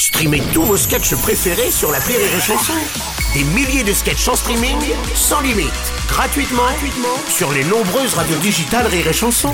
Streamez tous vos sketchs préférés sur l'appli Rire et Chanson. Des milliers de sketchs en streaming, sans limite, gratuitement sur les nombreuses radios digitales Rire et Chanson.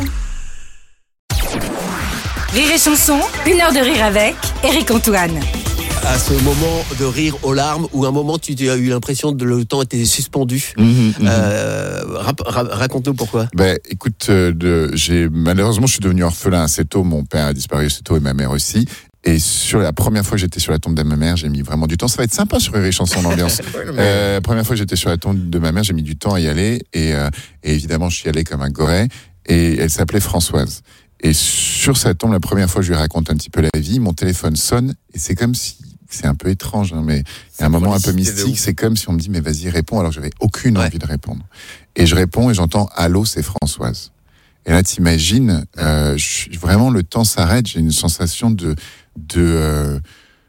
Rire et Chanson, 1 heure de rire avec Éric Antoine. À ce moment de rire aux larmes, où un moment tu as eu l'impression que le temps était suspendu. Raconte-nous pourquoi. Écoute, malheureusement je suis devenu orphelin assez tôt. Mon père a disparu assez tôt et ma mère aussi. Et sur la première fois que j'étais sur la tombe de ma mère, j'ai mis vraiment du temps. Ça va être sympa sur Rire et Chanson l'ambiance. La première fois que j'étais sur la tombe de ma mère, j'ai mis du temps à y aller. Et évidemment, je suis allé comme un goret. Et elle s'appelait Françoise. Et sur sa tombe, la première fois, je lui raconte un petit peu la vie. Mon téléphone sonne et c'est comme si... C'est un peu étrange, mais il y a un moment un peu mystique. C'est comme si on me dit, mais vas-y, réponds. Alors, j'avais aucune envie de répondre. Et je réponds et j'entends, allô, c'est Françoise. Et là, t'imagines, vraiment, le temps s'arrête. J'ai une sensation d'une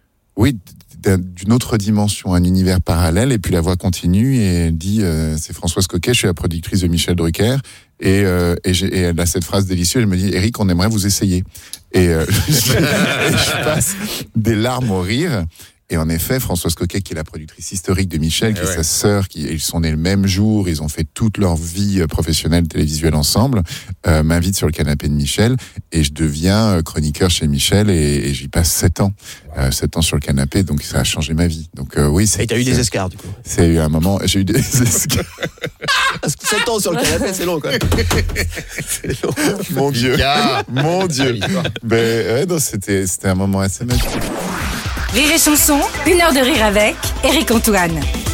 autre dimension, un univers parallèle. Et puis la voix continue et elle dit, c'est Françoise Coquet, je suis la productrice de Michel Drucker. Et elle a cette phrase délicieuse, elle me dit, Éric, on aimerait vous essayer. Et je passe des larmes au rire. Et en effet, Françoise Coquet, qui est la productrice historique de Michel, qui est sa sœur, ils sont nés le même jour, ils ont fait toute leur vie professionnelle télévisuelle ensemble, m'invite sur le canapé de Michel, et je deviens chroniqueur chez Michel, et j'y passe 7 ans. 7 ans sur le canapé, donc ça a changé ma vie. Donc oui, et t'as eu des escarres, du coup. C'est eu un moment, j'ai eu des escarres. Parce que 7 ans sur le canapé, c'est long, quoi. C'est long. Mon Dieu. Mon Dieu. C'était un moment assez magique. Rire et Chanson, 1 heure de rire avec Éric Antoine.